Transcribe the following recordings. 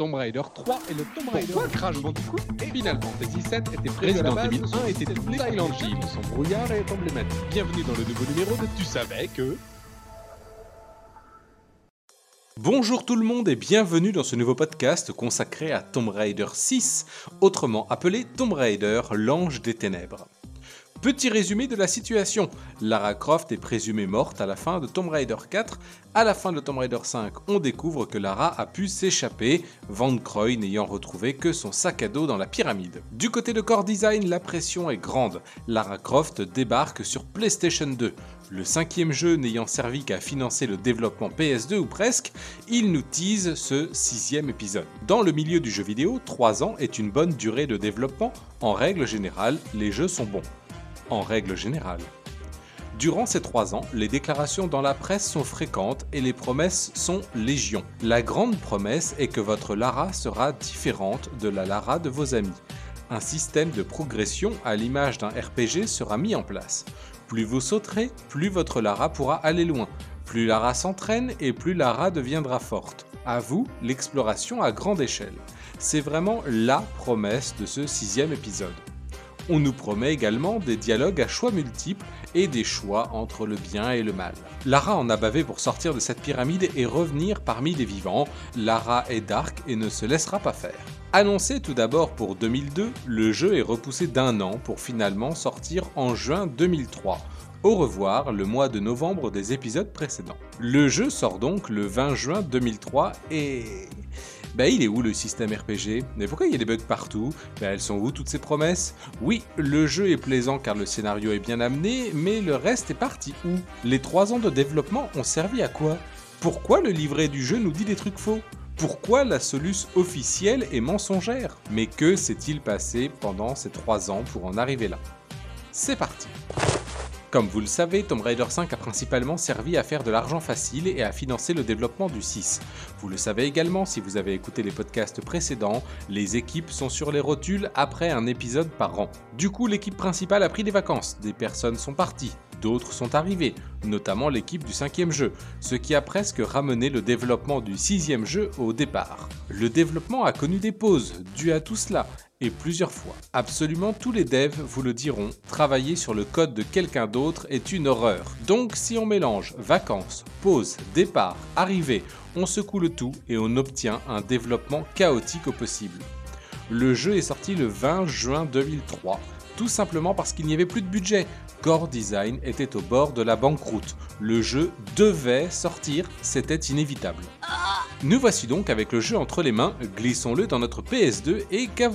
Tomb Raider 3 et le Tomb Raider. Pourquoi Crash Bandicoot et Final Fantasy VII était Resident Evil 1 était doublé Silent Hill. Son brouillard est emblématique. Bienvenue dans le nouveau numéro de Tu savais que... Bonjour tout le monde et bienvenue dans ce nouveau podcast consacré à Tomb Raider 6, autrement appelé Tomb Raider, l'ange des ténèbres. Petit résumé de la situation, Lara Croft est présumée morte à la fin de Tomb Raider 4, à la fin de Tomb Raider 5, on découvre que Lara a pu s'échapper, Van Croy n'ayant retrouvé que son sac à dos dans la pyramide. Du côté de Core Design, la pression est grande, Lara Croft débarque sur PlayStation 2. Le 5e jeu n'ayant servi qu'à financer le développement PS2 ou presque, il nous tease ce 6e épisode. Dans le milieu du jeu vidéo, 3 ans est une bonne durée de développement, en règle générale, les jeux sont bons. En règle générale. Durant ces 3 ans, les déclarations dans la presse sont fréquentes et les promesses sont légion. La grande promesse est que votre Lara sera différente de la Lara de vos amis. Un système de progression à l'image d'un RPG sera mis en place. Plus vous sauterez, plus votre Lara pourra aller loin. Plus Lara s'entraîne et plus Lara deviendra forte. À vous, l'exploration à grande échelle. C'est vraiment la promesse de ce 6e épisode. On nous promet également des dialogues à choix multiples et des choix entre le bien et le mal. Lara en a bavé pour sortir de cette pyramide et revenir parmi les vivants. Lara est dark et ne se laissera pas faire. Annoncé tout d'abord pour 2002, le jeu est repoussé d'1 an pour finalement sortir en juin 2003. Au revoir le mois de novembre des épisodes précédents. Le jeu sort donc le 20 juin 2003 et... il est où le système RPG ? Mais pourquoi il y a des bugs partout ? Elles sont où toutes ces promesses ? Oui, le jeu est plaisant car le scénario est bien amené, mais le reste est parti où ? Les 3 ans de développement ont servi à quoi ? Pourquoi le livret du jeu nous dit des trucs faux ? Pourquoi la soluce officielle est mensongère ? Mais que s'est-il passé pendant ces 3 ans pour en arriver là ? C'est parti. Comme vous le savez, Tomb Raider 5 a principalement servi à faire de l'argent facile et à financer le développement du 6. Vous le savez également si vous avez écouté les podcasts précédents, les équipes sont sur les rotules après un épisode par an. Du coup, l'équipe principale a pris des vacances, des personnes sont parties, d'autres sont arrivées, notamment l'équipe du 5e jeu, ce qui a presque ramené le développement du 6e jeu au départ. Le développement a connu des pauses, dues à tout cela, et plusieurs fois. Absolument tous les devs vous le diront, travailler sur le code de quelqu'un d'autre est une horreur. Donc si on mélange vacances, pause, départ, arrivée, on secoue le tout et on obtient un développement chaotique au possible. Le jeu est sorti le 20 juin 2003, tout simplement parce qu'il n'y avait plus de budget. Core Design était au bord de la banqueroute. Le jeu devait sortir, c'était inévitable. Nous voici donc avec le jeu entre les mains, glissons-le dans notre PS2 et qu'avons-nous ?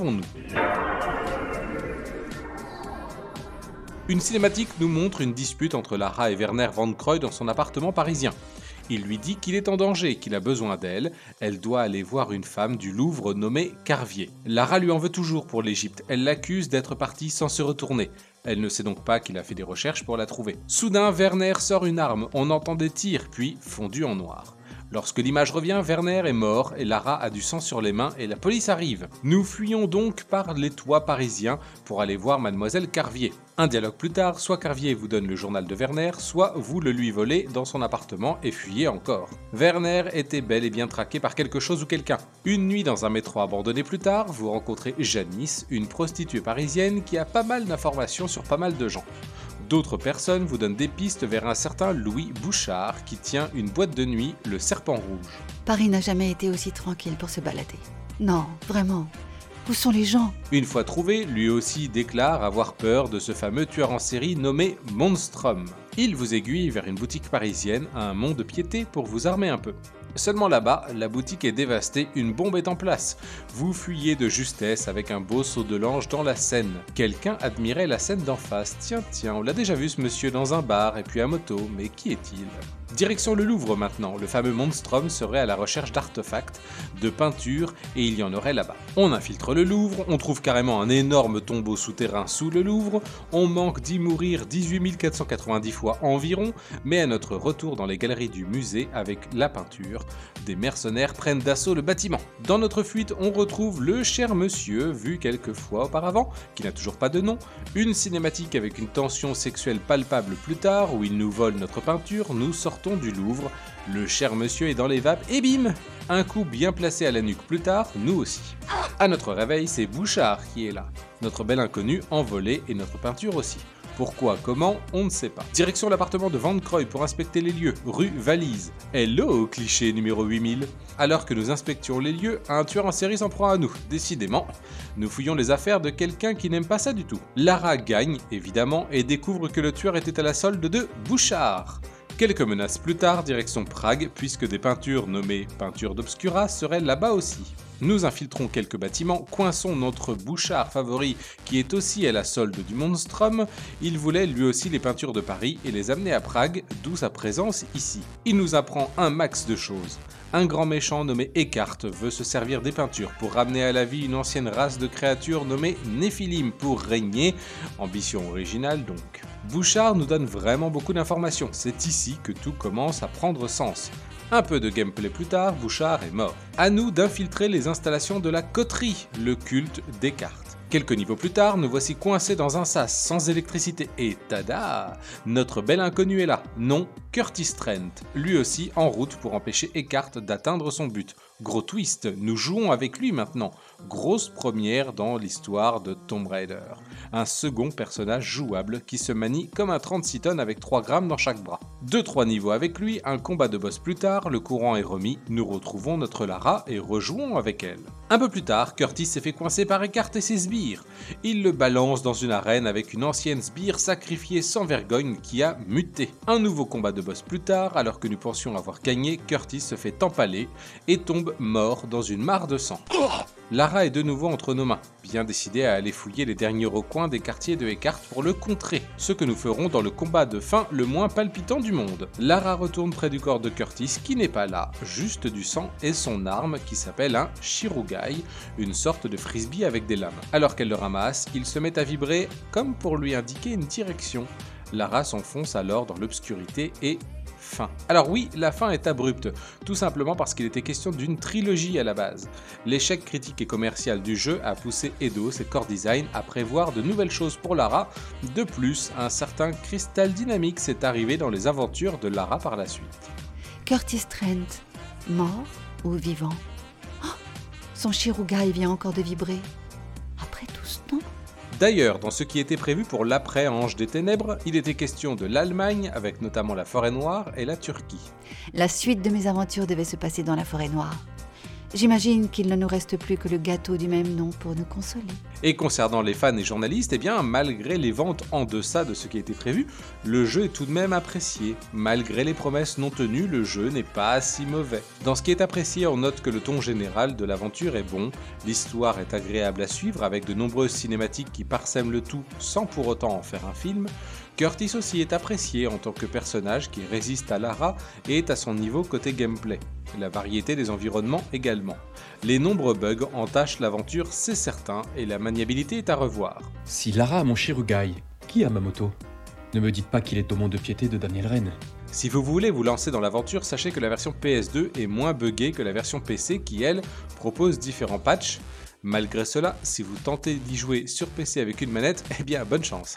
Une cinématique nous montre une dispute entre Lara et Werner Van Croy dans son appartement parisien. Il lui dit qu'il est en danger, qu'il a besoin d'elle. Elle doit aller voir une femme du Louvre nommée Carvier. Lara lui en veut toujours pour l'Égypte. Elle l'accuse d'être partie sans se retourner. Elle ne sait donc pas qu'il a fait des recherches pour la trouver. Soudain, Werner sort une arme. On entend des tirs, puis fondu en noir. Lorsque l'image revient, Werner est mort et Lara a du sang sur les mains et la police arrive. Nous fuyons donc par les toits parisiens pour aller voir Mademoiselle Carvier. Un dialogue plus tard, soit Carvier vous donne le journal de Werner, soit vous le lui volez dans son appartement et fuyez encore. Werner était bel et bien traqué par quelque chose ou quelqu'un. Une nuit dans un métro abandonné plus tard, vous rencontrez Janice, une prostituée parisienne qui a pas mal d'informations sur pas mal de gens. D'autres personnes vous donnent des pistes vers un certain Louis Bouchard qui tient une boîte de nuit, le Serpent Rouge. Paris n'a jamais été aussi tranquille pour se balader. Non, vraiment. Où sont les gens ? Une fois trouvé, lui aussi déclare avoir peur de ce fameux tueur en série nommé Monstrum. Il vous aiguille vers une boutique parisienne à un mont de piété pour vous armer un peu. Seulement là-bas, la boutique est dévastée, une bombe est en place. Vous fuyez de justesse avec un beau saut de l'ange dans la Seine. Quelqu'un admirait la scène d'en face. Tiens, on l'a déjà vu ce monsieur dans un bar et puis à moto, mais qui est-il ? Direction le Louvre maintenant, le fameux Monstrum serait à la recherche d'artefacts, de peintures et il y en aurait là-bas. On infiltre le Louvre, on trouve carrément un énorme tombeau souterrain sous le Louvre, on manque d'y mourir 18 490 fois environ, mais à notre retour dans les galeries du musée avec la peinture, des mercenaires prennent d'assaut le bâtiment. Dans notre fuite, on retrouve le cher monsieur, vu quelques fois auparavant, qui n'a toujours pas de nom, une cinématique avec une tension sexuelle palpable plus tard où il nous vole notre peinture, nous sortons sortons du Louvre, le cher monsieur est dans les vapes et bim! Un coup bien placé à la nuque plus tard, nous aussi. À notre réveil, c'est Bouchard qui est là. Notre bel inconnu envolé et notre peinture aussi. Pourquoi, comment, on ne sait pas. Direction l'appartement de Van Croy pour inspecter les lieux, rue Valise. Hello, cliché numéro 8000. Alors que nous inspections les lieux, un tueur en série s'en prend à nous. Décidément, nous fouillons les affaires de quelqu'un qui n'aime pas ça du tout. Lara gagne, évidemment, et découvre que le tueur était à la solde de Bouchard. Quelques menaces plus tard, direction Prague, puisque des peintures nommées peintures d'Obscura seraient là-bas aussi. Nous infiltrons quelques bâtiments, coinçons notre Bouchard favori qui est aussi à la solde du Monstrum. Il voulait lui aussi les peintures de Paris et les amener à Prague, d'où sa présence ici. Il nous apprend un max de choses. Un grand méchant nommé Eckhart veut se servir des peintures pour ramener à la vie une ancienne race de créatures nommée Néphilim pour régner. Ambition originale donc. Bouchard nous donne vraiment beaucoup d'informations, c'est ici que tout commence à prendre sens. Un peu de gameplay plus tard, Bouchard est mort. À nous d'infiltrer les installations de la coterie, le culte d'Eckhart. Quelques niveaux plus tard, nous voici coincés dans un sas sans électricité et tada! Notre bel inconnu est là, non, Curtis Trent, lui aussi en route pour empêcher Eckhart d'atteindre son but. Gros twist, nous jouons avec lui maintenant. Grosse première dans l'histoire de Tomb Raider. Un second personnage jouable qui se manie comme un 36 tonnes avec 3 grammes dans chaque bras. 2-3 niveaux avec lui, un combat de boss plus tard, le courant est remis, nous retrouvons notre Lara et rejouons avec elle. Un peu plus tard, Curtis s'est fait coincer par Eckhart et ses sbires. Il le balance dans une arène avec une ancienne sbire sacrifiée sans vergogne qui a muté. Un nouveau combat de boss plus tard, alors que nous pensions avoir gagné, Curtis se fait empaler et tombe mort dans une mare de sang. Lara est de nouveau entre nos mains, bien décidée à aller fouiller les derniers recoins des quartiers de Eckhart pour le contrer, ce que nous ferons dans le combat de fin le moins palpitant du monde. Lara retourne près du corps de Curtis qui n'est pas là, juste du sang et son arme qui s'appelle un Shirugai, une sorte de frisbee avec des lames. Alors qu'elle le ramasse, il se met à vibrer comme pour lui indiquer une direction. Lara s'enfonce alors dans l'obscurité et... fin. Alors oui, la fin est abrupte, tout simplement parce qu'il était question d'une trilogie à la base. L'échec critique et commercial du jeu a poussé Eidos et Core Design à prévoir de nouvelles choses pour Lara. De plus, un certain Crystal Dynamics est arrivé dans les aventures de Lara par la suite. Curtis Trent, mort ou vivant? Oh, son Shirugai vient encore de vibrer. Après tout ce temps? D'ailleurs, dans ce qui était prévu pour l'après-Ange des Ténèbres, il était question de l'Allemagne, avec notamment la Forêt Noire, et la Turquie. La suite de mes aventures devait se passer dans la Forêt Noire. J'imagine qu'il ne nous reste plus que le gâteau du même nom pour nous consoler. Et concernant les fans et journalistes, eh bien, malgré les ventes en deçà de ce qui était prévu, le jeu est tout de même apprécié. Malgré les promesses non tenues, le jeu n'est pas si mauvais. Dans ce qui est apprécié, on note que le ton général de l'aventure est bon, l'histoire est agréable à suivre avec de nombreuses cinématiques qui parsèment le tout sans pour autant en faire un film. Curtis aussi est apprécié en tant que personnage qui résiste à Lara et est à son niveau côté gameplay. La variété des environnements également. Les nombreux bugs entachent l'aventure, c'est certain, et la maniabilité est à revoir. Si Lara a mon Shirugai, qui a ma moto? Ne me dites pas qu'il est au monde de piété de Daniel Rennes. Si vous voulez vous lancer dans l'aventure, sachez que la version PS2 est moins buggée que la version PC qui, elle, propose différents patchs. Malgré cela, si vous tentez d'y jouer sur PC avec une manette, eh bien bonne chance.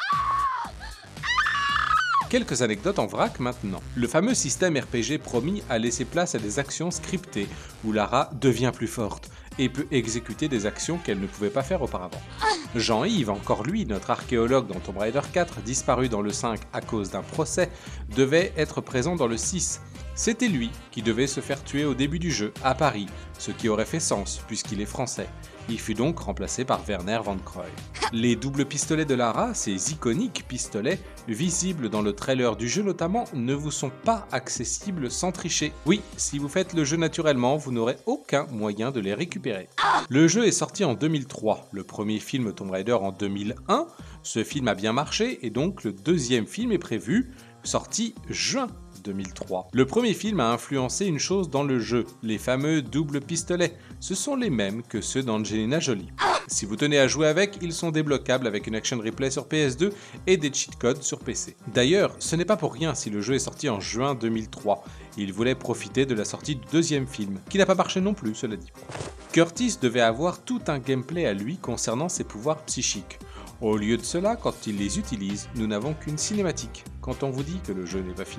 Quelques anecdotes en vrac maintenant. Le fameux système RPG promis a laissé place à des actions scriptées, où Lara devient plus forte et peut exécuter des actions qu'elle ne pouvait pas faire auparavant. Jean-Yves, encore lui, notre archéologue dans Tomb Raider 4, disparu dans le 5 à cause d'un procès, devait être présent dans le 6. C'était lui qui devait se faire tuer au début du jeu, à Paris, ce qui aurait fait sens puisqu'il est français. Il fut donc remplacé par Werner Van Croy. Les doubles pistolets de Lara, ces iconiques pistolets, visibles dans le trailer du jeu notamment, ne vous sont pas accessibles sans tricher. Oui, si vous faites le jeu naturellement, vous n'aurez aucun moyen de les récupérer. Le jeu est sorti en 2003, le premier film Tomb Raider en 2001. Ce film a bien marché et donc le deuxième film est prévu, sorti juin 2003. Le premier film a influencé une chose dans le jeu, les fameux doubles pistolets. Ce sont les mêmes que ceux d'Angelina Jolie. Si vous tenez à jouer avec, ils sont débloquables avec une action replay sur PS2 et des cheat codes sur PC. D'ailleurs, ce n'est pas pour rien si le jeu est sorti en juin 2003. Il voulait profiter de la sortie du deuxième film, qui n'a pas marché non plus, cela dit. Curtis devait avoir tout un gameplay à lui concernant ses pouvoirs psychiques. Au lieu de cela, quand il les utilise, nous n'avons qu'une cinématique, quand on vous dit que le jeu n'est pas fini.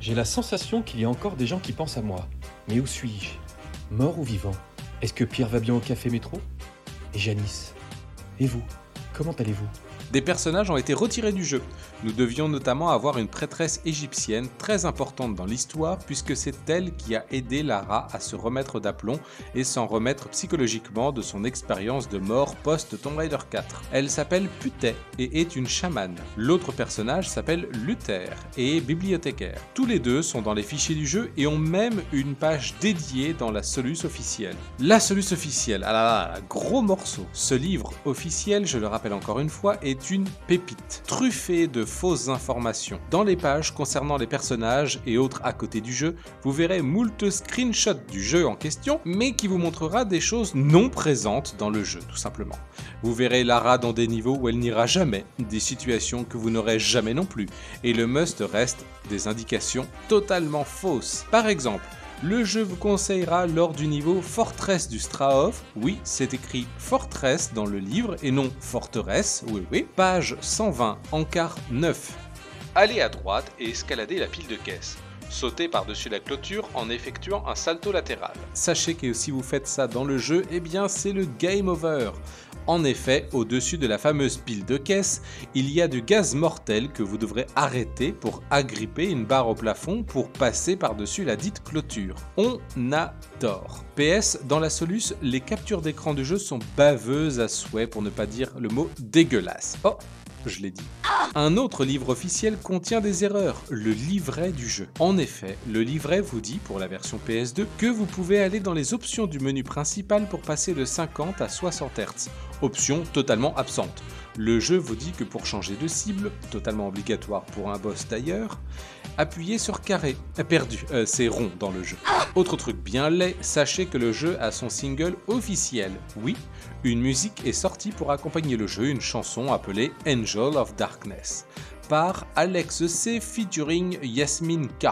J'ai la sensation qu'il y a encore des gens qui pensent à moi. Mais où suis-je? Mort ou vivant? Est-ce que Pierre va bien au café métro? Et Janice? Et vous? Comment allez-vous? Des personnages ont été retirés du jeu. Nous devions notamment avoir une prêtresse égyptienne très importante dans l'histoire puisque c'est elle qui a aidé Lara à se remettre d'aplomb et s'en remettre psychologiquement de son expérience de mort post-Tomb Raider 4. Elle s'appelle Putet et est une chamane. L'autre personnage s'appelle Luther et est bibliothécaire. Tous les deux sont dans les fichiers du jeu et ont même une page dédiée dans la Solus officielle. La Solus officielle, ah là là, gros morceau. Ce livre officiel, je le rappelle encore une fois, est une pépite, truffée de fausses informations. Dans les pages concernant les personnages et autres à côté du jeu, vous verrez moult screenshots du jeu en question, mais qui vous montrera des choses non présentes dans le jeu, tout simplement. Vous verrez Lara dans des niveaux où elle n'ira jamais, des situations que vous n'aurez jamais non plus, et le must reste des indications totalement fausses. Par exemple, le jeu vous conseillera lors du niveau Fortress du Strahov, oui, c'est écrit Fortress dans le livre et non Forteresse, oui, page 120, encart 9. Allez à droite et escaladez la pile de caisses. Sautez par-dessus la clôture en effectuant un salto latéral. Sachez que si vous faites ça dans le jeu, eh bien c'est le game over. En effet, au-dessus de la fameuse pile de caisses, il y a du gaz mortel que vous devrez arrêter pour agripper une barre au plafond pour passer par-dessus la dite clôture. On a tort. PS, dans la Solus, les captures d'écran du jeu sont baveuses à souhait pour ne pas dire le mot dégueulasse. Oh, je l'ai dit. Un autre livre officiel contient des erreurs, le livret du jeu. En effet, le livret vous dit, pour la version PS2, que vous pouvez aller dans les options du menu principal pour passer de 50 à 60 Hz, option totalement absente. Le jeu vous dit que pour changer de cible, totalement obligatoire pour un boss d'ailleurs, appuyez sur carré. Perdu, c'est rond dans le jeu. Autre truc bien laid, sachez que le jeu a son single officiel. Oui, une musique est sortie pour accompagner le jeu, une chanson appelée Angel of Darkness, par Alex C featuring Yasmine K.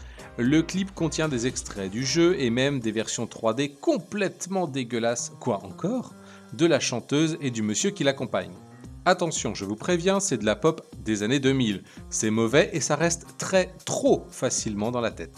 Le clip contient des extraits du jeu et même des versions 3D complètement dégueulasses, quoi encore, de la chanteuse et du monsieur qui l'accompagne. Attention, je vous préviens, c'est de la pop des années 2000. C'est mauvais et ça reste trop facilement dans la tête.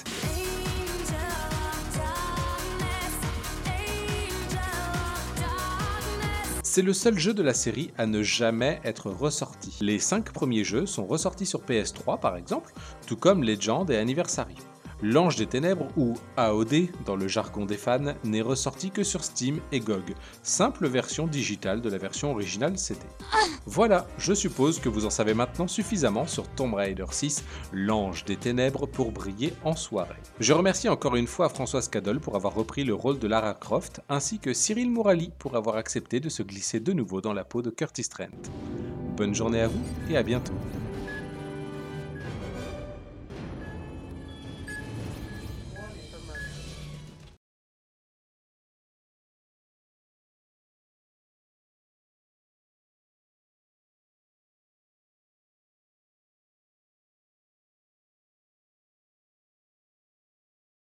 C'est le seul jeu de la série à ne jamais être ressorti. Les 5 premiers jeux sont ressortis sur PS3 par exemple, tout comme Legend et Anniversary. L'Ange des Ténèbres, ou AOD dans le jargon des fans, n'est ressorti que sur Steam et GOG, simple version digitale de la version originale CD. Voilà, je suppose que vous en savez maintenant suffisamment sur Tomb Raider 6, l'Ange des Ténèbres, pour briller en soirée. Je remercie encore une fois Françoise Cadol pour avoir repris le rôle de Lara Croft, ainsi que Cyril Mourali pour avoir accepté de se glisser de nouveau dans la peau de Curtis Trent. Bonne journée à vous et à bientôt.